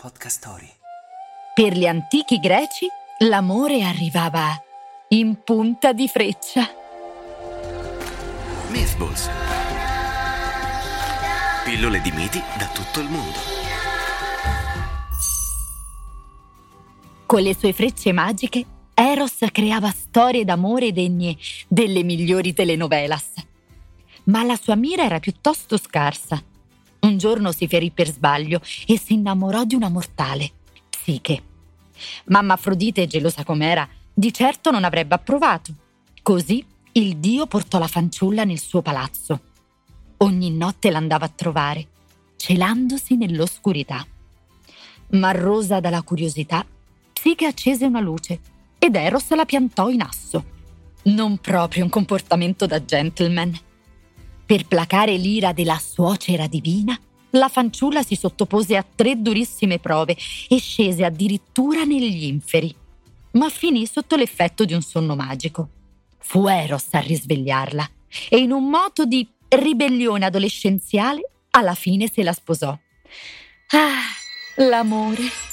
Podcast Story. Per gli antichi greci, l'amore arrivava in punta di freccia. Mythballs. Pillole di miti da tutto il mondo. Con le sue frecce magiche, Eros creava storie d'amore degne delle migliori telenovelas. Ma la sua mira era piuttosto scarsa. Un giorno si ferì per sbaglio e si innamorò di una mortale, Psiche. Mamma Afrodite, gelosa com'era, di certo non avrebbe approvato. Così il dio portò la fanciulla nel suo palazzo. Ogni notte l'andava a trovare, celandosi nell'oscurità. Marrosa dalla curiosità, Psiche accese una luce ed Eros la piantò in asso. Non proprio un comportamento da gentleman. Per placare l'ira della suocera divina, la fanciulla si sottopose a 3 durissime prove e scese addirittura negli inferi, ma finì sotto l'effetto di un sonno magico. Fu Eros a risvegliarla e in un moto di ribellione adolescenziale alla fine se la sposò. Ah, l'amore!